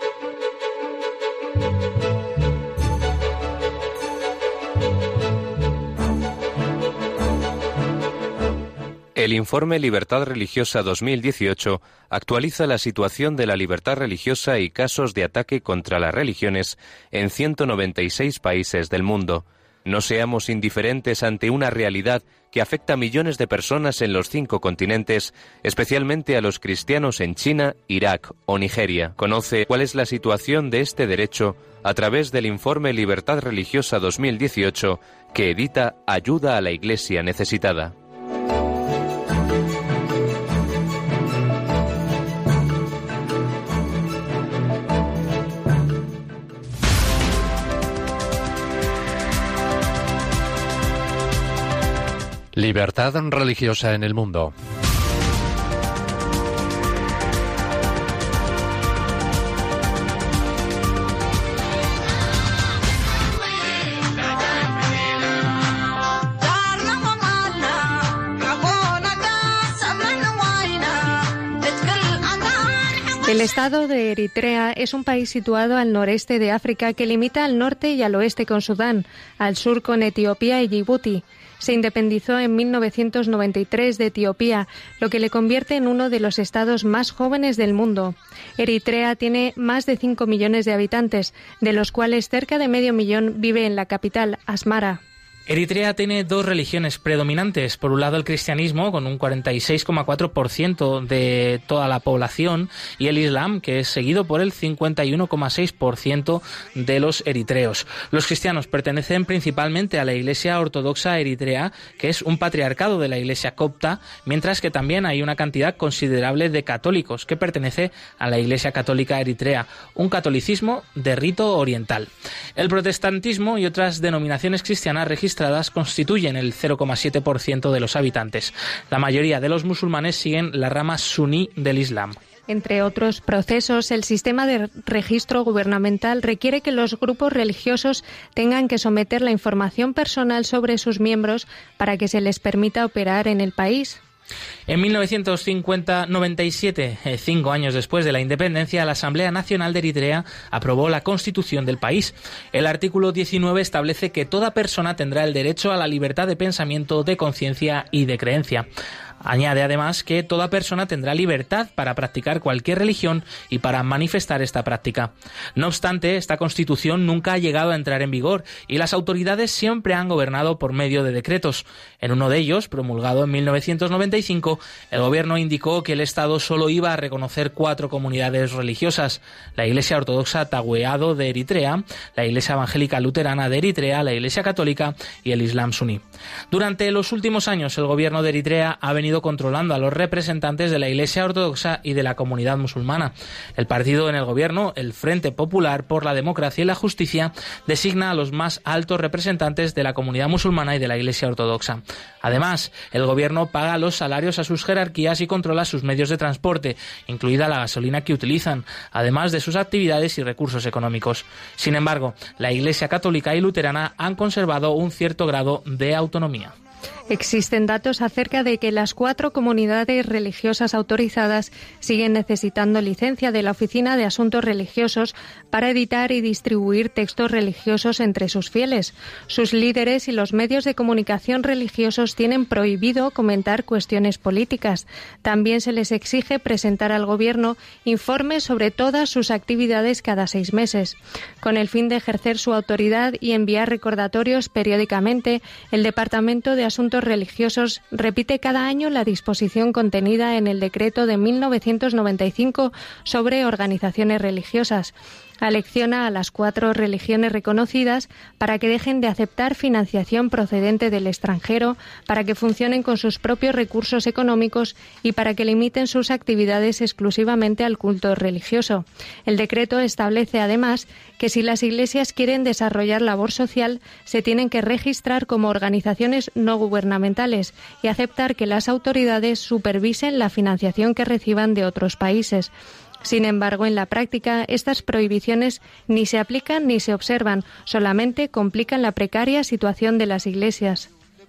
El informe Libertad Religiosa dos mil dieciocho actualiza la situación de la libertad religiosa y casos de ataque contra las religiones en ciento noventa y seis países del mundo. No seamos indiferentes ante una realidad que afecta a millones de personas en los cinco continentes, especialmente a los cristianos en China, Irak o Nigeria. Conoce cuál es la situación de este derecho a través del informe Libertad Religiosa dos mil dieciocho que edita Ayuda a la Iglesia Necesitada. Libertad religiosa en el mundo. El estado de Eritrea es un país situado al noreste de África que limita al norte y al oeste con Sudán, al sur con Etiopía y Yibuti. Se independizó en mil novecientos noventa y tres de Etiopía, lo que le convierte en uno de los estados más jóvenes del mundo. Eritrea tiene más de cinco millones de habitantes, de los cuales cerca de medio millón vive en la capital, Asmara. Eritrea tiene dos religiones predominantes. Por un lado, el cristianismo, con un cuarenta y seis coma cuatro por ciento de toda la población, y el islam, que es seguido por el cincuenta y uno coma seis por ciento de los eritreos. Los cristianos pertenecen principalmente a la Iglesia Ortodoxa Eritrea, que es un patriarcado de la Iglesia copta, mientras que también hay una cantidad considerable de católicos, que pertenece a la Iglesia Católica Eritrea, un catolicismo de rito oriental. El protestantismo y otras denominaciones cristianas registradas constituyen el cero coma siete por ciento de los habitantes. La mayoría de los musulmanes siguen la rama suní del Islam. Entre otros procesos, el sistema de registro gubernamental requiere que los grupos religiosos tengan que someter la información personal sobre sus miembros para que se les permita operar en el país. En mil novecientos noventa y siete, cinco años después de la independencia, la Asamblea Nacional de Eritrea aprobó la Constitución del país. El artículo diecinueve establece que toda persona tendrá el derecho a la libertad de pensamiento, de conciencia y de creencia. Añade además que toda persona tendrá libertad para practicar cualquier religión y para manifestar esta práctica. No obstante, esta Constitución nunca ha llegado a entrar en vigor y las autoridades siempre han gobernado por medio de decretos. En uno de ellos, promulgado en mil novecientos noventa y cinco, el gobierno indicó que el Estado solo iba a reconocer cuatro comunidades religiosas: la Iglesia Ortodoxa Tahueado de Eritrea, la Iglesia Evangélica Luterana de Eritrea, la Iglesia Católica y el Islam suní. Durante los últimos años, el gobierno de Eritrea ha venido controlando a los representantes de la Iglesia Ortodoxa y de la comunidad musulmana. El partido en el gobierno, el Frente Popular por la Democracia y la Justicia, designa a los más altos representantes de la comunidad musulmana y de la Iglesia Ortodoxa. Además, el gobierno paga los salarios a sus jerarquías y controla sus medios de transporte, incluida la gasolina que utilizan, además de sus actividades y recursos económicos. Sin embargo, la Iglesia Católica y Luterana han conservado un cierto grado de autonomía. Existen datos acerca de que las cuatro comunidades religiosas autorizadas siguen necesitando licencia de la Oficina de Asuntos Religiosos para editar y distribuir textos religiosos entre sus fieles. Sus líderes y los medios de comunicación religiosos tienen prohibido comentar cuestiones políticas. También se les exige presentar al Gobierno informes sobre todas sus actividades cada seis meses. Con el fin de ejercer su autoridad y enviar recordatorios periódicamente, el Departamento de Asuntos Religiosos repite cada año la disposición contenida en el decreto de mil novecientos noventa y cinco sobre organizaciones religiosas. Alecciona a las cuatro religiones reconocidas para que dejen de aceptar financiación procedente del extranjero, para que funcionen con sus propios recursos económicos y para que limiten sus actividades exclusivamente al culto religioso. El decreto establece además que si las iglesias quieren desarrollar labor social, se tienen que registrar como organizaciones no gubernamentales y aceptar que las autoridades supervisen la financiación que reciban de otros países. Sin embargo, en la práctica, estas prohibiciones ni se aplican ni se observan, solamente complican la precaria situación de las iglesias.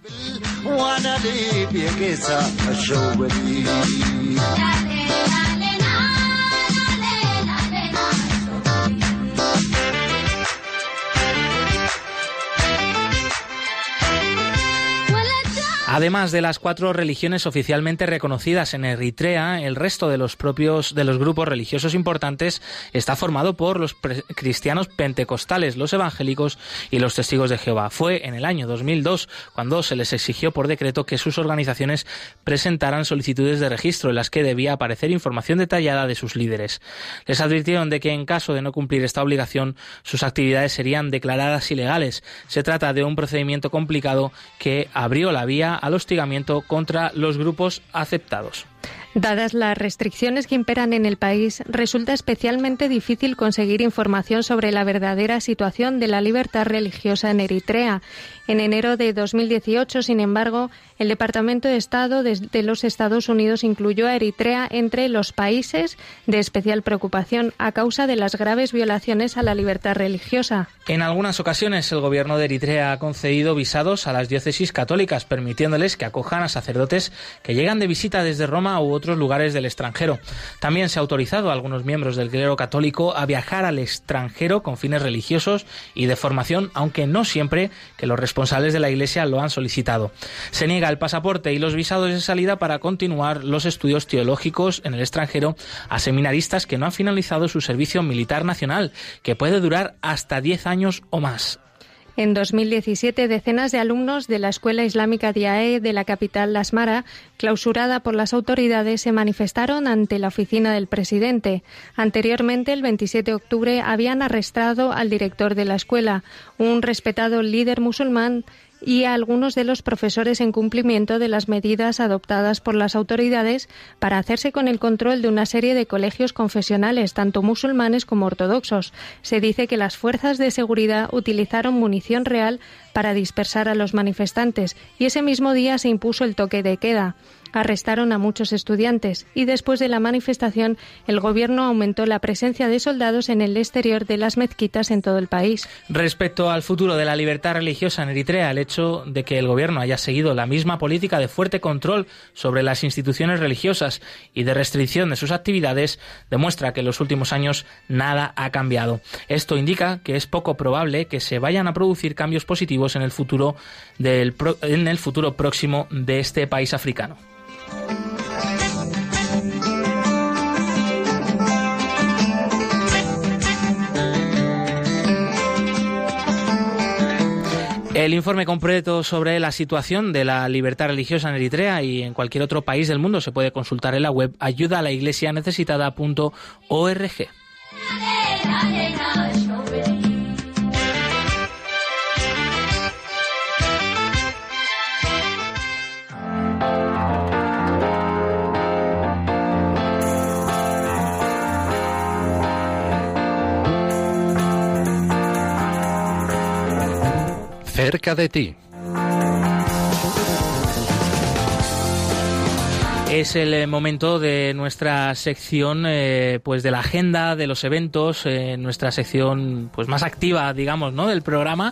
Además de las cuatro religiones oficialmente reconocidas en Eritrea, el resto de los propios de los grupos religiosos importantes está formado por los pre- cristianos pentecostales, los evangélicos y los testigos de Jehová. Fue en el año dos mil dos cuando se les exigió por decreto que sus organizaciones presentaran solicitudes de registro en las que debía aparecer información detallada de sus líderes. Les advirtieron de que en caso de no cumplir esta obligación, sus actividades serían declaradas ilegales. Se trata de un procedimiento complicado que abrió la vía al hostigamiento contra los grupos aceptados. Dadas las restricciones que imperan en el país, resulta especialmente difícil conseguir información sobre la verdadera situación de la libertad religiosa en Eritrea. En enero de dos mil dieciocho, sin embargo, el Departamento de Estado de los Estados Unidos incluyó a Eritrea entre los países de especial preocupación a causa de las graves violaciones a la libertad religiosa. En algunas ocasiones, el gobierno de Eritrea ha concedido visados a las diócesis católicas, permitiéndoles que acojan a sacerdotes que llegan de visita desde Roma u otros lugares del extranjero. También se ha autorizado a algunos miembros del clero católico a viajar al extranjero con fines religiosos y de formación, aunque no siempre que los responsables de la Iglesia lo han solicitado. Se niega el pasaporte y los visados de salida para continuar los estudios teológicos en el extranjero a seminaristas que no han finalizado su servicio militar nacional, que puede durar hasta diez años o más. En dos mil diecisiete, decenas de alumnos de la Escuela Islámica de A E de la capital Asmara, clausurada por las autoridades, se manifestaron ante la oficina del presidente. Anteriormente, el veintisiete de octubre, habían arrestado al director de la escuela, un respetado líder musulmán, y a algunos de los profesores en cumplimiento de las medidas adoptadas por las autoridades para hacerse con el control de una serie de colegios confesionales, tanto musulmanes como ortodoxos. Se dice que las fuerzas de seguridad utilizaron munición real para dispersar a los manifestantes y ese mismo día se impuso el toque de queda. Arrestaron a muchos estudiantes y después de la manifestación el gobierno aumentó la presencia de soldados en el exterior de las mezquitas en todo el país. Respecto al futuro de la libertad religiosa en Eritrea, el hecho de que el gobierno haya seguido la misma política de fuerte control sobre las instituciones religiosas y de restricción de sus actividades demuestra que en los últimos años nada ha cambiado. Esto indica que es poco probable que se vayan a producir cambios positivos en el futuro del pro- en el futuro próximo de este país africano. El informe completo sobre la situación de la libertad religiosa en Eritrea y en cualquier otro país del mundo se puede consultar en la web ayuda a la iglesia necesitada punto org. Cerca de ti. Es el momento de nuestra sección, eh, pues de la agenda, de los eventos, eh, nuestra sección pues más activa, digamos, ¿no?, del programa.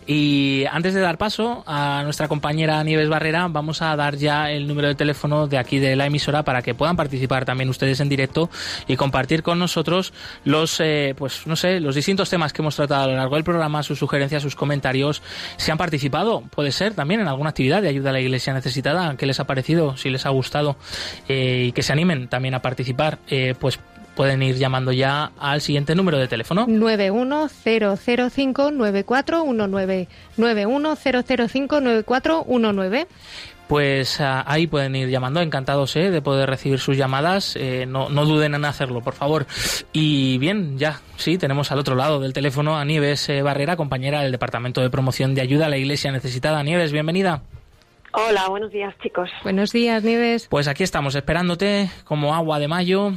Y antes de dar paso a nuestra compañera Nieves Barrera, vamos a dar ya el número de teléfono de aquí de la emisora para que puedan participar también ustedes en directo y compartir con nosotros los, eh, pues no sé, los distintos temas que hemos tratado a lo largo del programa, sus sugerencias, sus comentarios. Si han participado, puede ser también en alguna actividad de ayuda a la Iglesia necesitada, ¿qué les ha parecido? Si les ha gustado. Eh, y que se animen también a participar, eh, pues pueden ir llamando ya al siguiente número de teléfono. nueve uno cero cero cinco nueve cuatro uno nueve, nueve uno cero cero cinco nueve cuatro uno nueve. Pues uh, ahí pueden ir llamando, encantados eh, de poder recibir sus llamadas, eh, no, no duden en hacerlo, por favor. Y bien, ya, sí, tenemos al otro lado del teléfono a Nieves eh, Barrera, compañera del Departamento de Promoción de Ayuda a la Iglesia Necesitada. Nieves, bienvenida. Hola, buenos días, chicos. Buenos días, Nieves. Pues aquí estamos esperándote como agua de mayo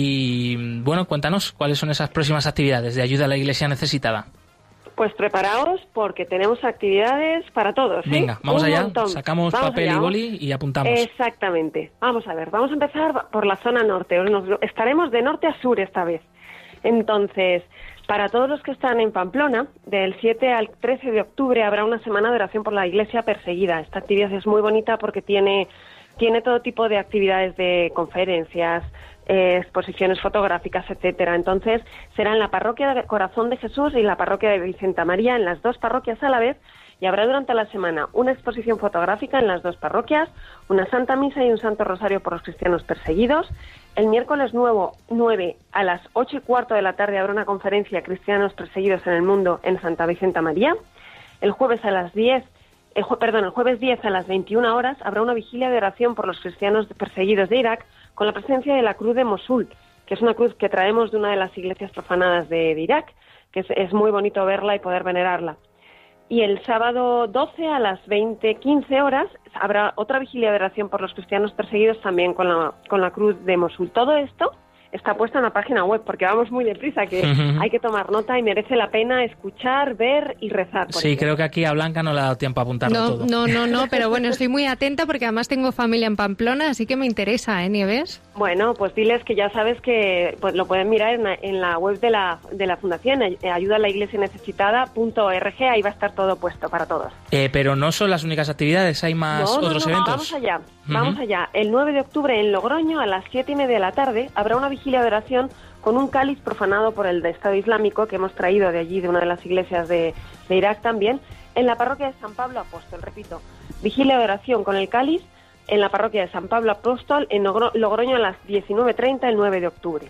y, bueno, cuéntanos cuáles son esas próximas actividades de ayuda a la Iglesia necesitada. Pues preparaos porque tenemos actividades para todos. ¿eh? Venga, vamos Un allá, montón. sacamos vamos papel allá. y boli y apuntamos. Exactamente. Vamos a ver, vamos a empezar por la zona norte. Nos, estaremos de norte a sur esta vez. Entonces, para todos los que están en Pamplona, del siete al trece de octubre habrá una semana de oración por la Iglesia perseguida. Esta actividad es muy bonita porque tiene, tiene todo tipo de actividades de conferencias, eh, exposiciones fotográficas, etcétera. Entonces, será en la parroquia de Corazón de Jesús y la parroquia de Vicenta María, en las dos parroquias a la vez, y habrá durante la semana una exposición fotográfica en las dos parroquias, una Santa Misa y un Santo Rosario por los cristianos perseguidos. El miércoles nuevo, nueve a las ocho y cuarto de la tarde habrá una conferencia Cristianos perseguidos en el mundo en Santa Vicenta María. El jueves a las diez, el jue, perdón, el jueves diez a las veintiuna horas habrá una vigilia de oración por los cristianos perseguidos de Irak con la presencia de la cruz de Mosul, que es una cruz que traemos de una de las iglesias profanadas de, de Irak, que es, es muy bonito verla y poder venerarla. Y el sábado doce a las veinte quince horas habrá otra vigilia de oración por los cristianos perseguidos también con la, con la cruz de Mosul. Todo esto está puesto en la página web porque vamos muy deprisa, que uh-huh. hay que tomar nota y merece la pena escuchar, ver y rezar. Por sí, ello. Creo que aquí a Blanca no le ha dado tiempo a apuntarlo no, todo. No, no, no, pero bueno, estoy muy atenta porque además tengo familia en Pamplona, así que me interesa, ¿eh, Nieves? Bueno, pues diles que ya sabes que pues lo pueden mirar en la, en la web de la, de la Fundación, ayuda a la iglesia necesitada punto org, ahí va a estar todo puesto para todos. Eh, pero no son las únicas actividades, hay más no, otros no, no, eventos. Vamos allá, uh-huh. vamos allá. El nueve de octubre en Logroño, a las siete y media de la tarde, habrá una vigilia de oración con un cáliz profanado por el de Estado Islámico que hemos traído de allí, de una de las iglesias de, de Irak también, en la parroquia de San Pablo Apóstol, repito, vigilia de oración con el cáliz en la parroquia de San Pablo Apóstol en Logroño a las diecinueve treinta el nueve de octubre.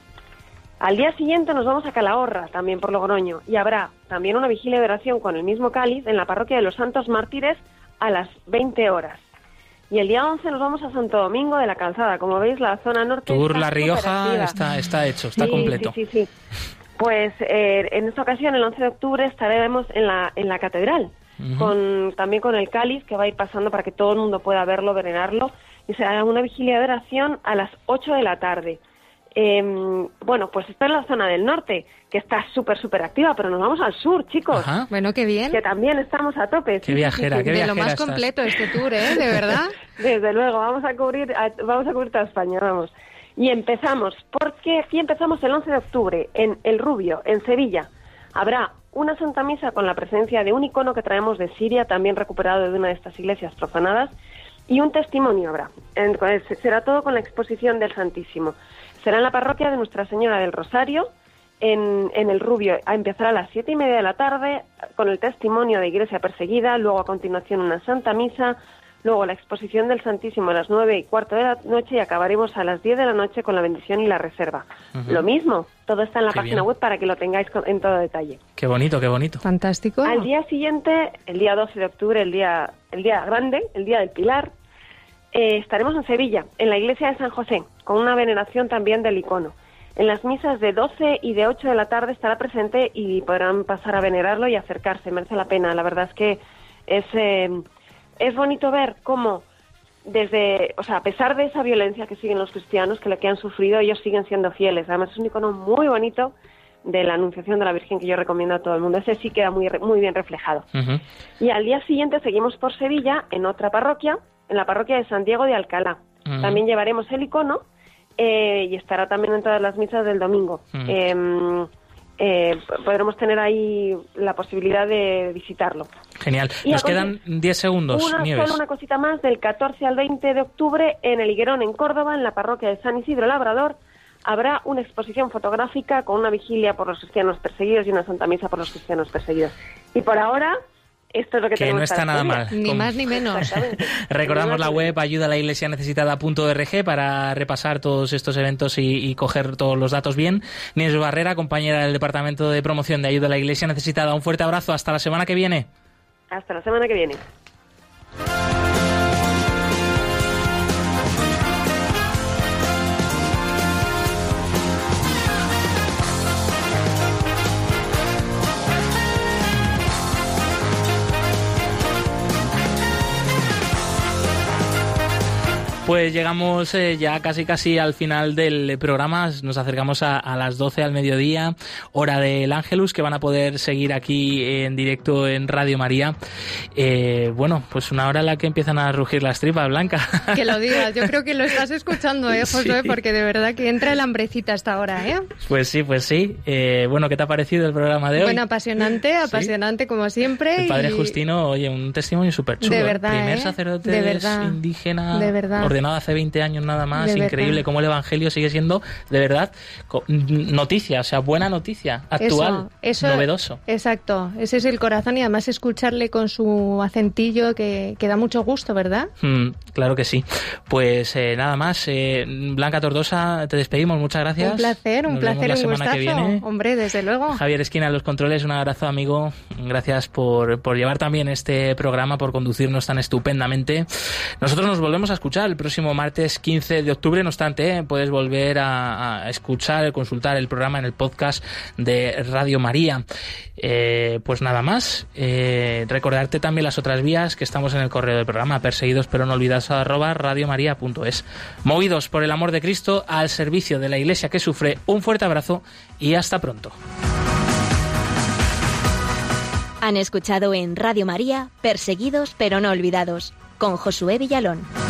Al día siguiente nos vamos a Calahorra, también por Logroño, y habrá también una vigilia de oración con el mismo cáliz en la parroquia de los Santos Mártires a las veinte horas. Y el día once nos vamos a Santo Domingo de la Calzada. Como veis, la zona norte... Tour La Rioja está, está hecho, está sí, completo. Sí, sí, sí. Pues eh, en esta ocasión, el once de octubre, estaremos en la, en la catedral, uh-huh. con también con el cáliz que va a ir pasando para que todo el mundo pueda verlo, venerarlo. Y será una vigilia de oración a las ocho de la tarde. Eh, bueno, pues está en la zona del norte, que está súper, súper activa, pero nos vamos al sur, chicos. Ajá. Bueno, qué bien. Que también estamos a tope. Qué viajera, sí, sí, qué de viajera lo más estás. completo este tour, ¿eh? De verdad. Desde luego, vamos a cubrir, a, vamos a cubrir toda España, vamos. Y empezamos, porque aquí empezamos el once de octubre, en El Rubio, en Sevilla. Habrá una Santa Misa con la presencia de un icono que traemos de Siria, también recuperado de una de estas iglesias profanadas, y un testimonio habrá. Entonces, será todo con la exposición del Santísimo. Será en la parroquia de Nuestra Señora del Rosario, en, en El Rubio, a empezar a las siete y media de la tarde, con el testimonio de iglesia perseguida, luego a continuación una Santa Misa, luego la exposición del Santísimo a las nueve y cuarto de la noche y acabaremos a las diez de la noche con la bendición y la reserva. Uh-huh. Lo mismo, todo está en la qué página bien. web para que lo tengáis en todo detalle. Qué bonito, qué bonito. Fantástico. Al día siguiente, el día doce de octubre, el día, el día grande, el día del Pilar, Eh, estaremos en Sevilla, en la iglesia de San José, con una veneración también del icono. En las misas de doce y de ocho de la tarde estará presente y podrán pasar a venerarlo y acercarse, merece la pena. La verdad es que es, eh, es bonito ver cómo, desde, o sea, a pesar de esa violencia que siguen los cristianos, que lo que han sufrido, ellos siguen siendo fieles. Además es un icono muy bonito de la Anunciación de la Virgen que yo recomiendo a todo el mundo. Ese sí queda muy, muy bien reflejado. Uh-huh. Y al día siguiente seguimos por Sevilla, en otra parroquia, en la parroquia de San Diego de Alcalá. Uh-huh. También llevaremos el icono eh, y estará también en todas las misas del domingo. Uh-huh. Eh, eh, podremos tener ahí la posibilidad de visitarlo. Genial. Y Nos quedan diez segundos, una, Nieves. Solo una cosita más, del catorce al veinte de octubre en el Higuerón, en Córdoba, en la parroquia de San Isidro Labrador, habrá una exposición fotográfica con una vigilia por los cristianos perseguidos y una Santa Misa por los cristianos perseguidos. Y por ahora... Esto es lo que, que no está nada mal. Ni Con... más ni menos. Recordamos la web ayuda a la iglesia necesitada punto org para repasar todos estos eventos y, y coger todos los datos bien. Nieves Barrera, compañera del Departamento de Promoción de Ayuda a la Iglesia Necesitada. Un fuerte abrazo. Hasta la semana que viene. Hasta la semana que viene. Pues llegamos eh, ya casi casi al final del programa, nos acercamos a, a las doce al mediodía, hora del Ángelus, que van a poder seguir aquí en directo en Radio María. Eh, bueno, pues una hora en la que empiezan a rugir las tripas, Blanca. Que lo digas, yo creo que lo estás escuchando, ¿eh, Josué? Sí. Porque de verdad que entra el hambrecita hasta ahora, ¿eh? Pues sí, pues sí. Eh, bueno, ¿qué te ha parecido el programa de hoy? Bueno, apasionante, apasionante ¿Sí? como siempre. El padre y... Justino, oye, un testimonio súper chulo. De verdad, Primer ¿eh? sacerdote de verdad. indígena. De verdad. Ordenado hace veinte años nada más, de increíble verdad. Cómo el Evangelio sigue siendo, de verdad, noticia, o sea, buena noticia, actual, eso, eso, novedoso. Exacto, ese es el corazón y además escucharle con su acentillo que, que da mucho gusto, ¿verdad? Mm, Claro que sí. Pues eh, nada más. Eh, Blanca Tordosa, te despedimos. Muchas gracias. Un placer, un Nos placer, vemos la un semana que gustazo. viene. Hombre, desde luego. Javier Esquina en los controles, un abrazo, amigo. Gracias por, por llevar también este programa, por conducirnos tan estupendamente. Nosotros nos volvemos a escuchar el próximo martes quince de octubre. No obstante, eh, puedes volver a, a escuchar, consultar el programa en el podcast de Radio María. Eh, pues nada más. Eh, recordarte también las otras vías que estamos en el correo del programa, perseguidos pero no olvidados arroba radiomaria punto es. Movidos por el amor de Cristo, al servicio de la Iglesia que sufre. Un fuerte abrazo y hasta pronto. Han escuchado en Radio María Perseguidos pero no olvidados, con Josué Villalón.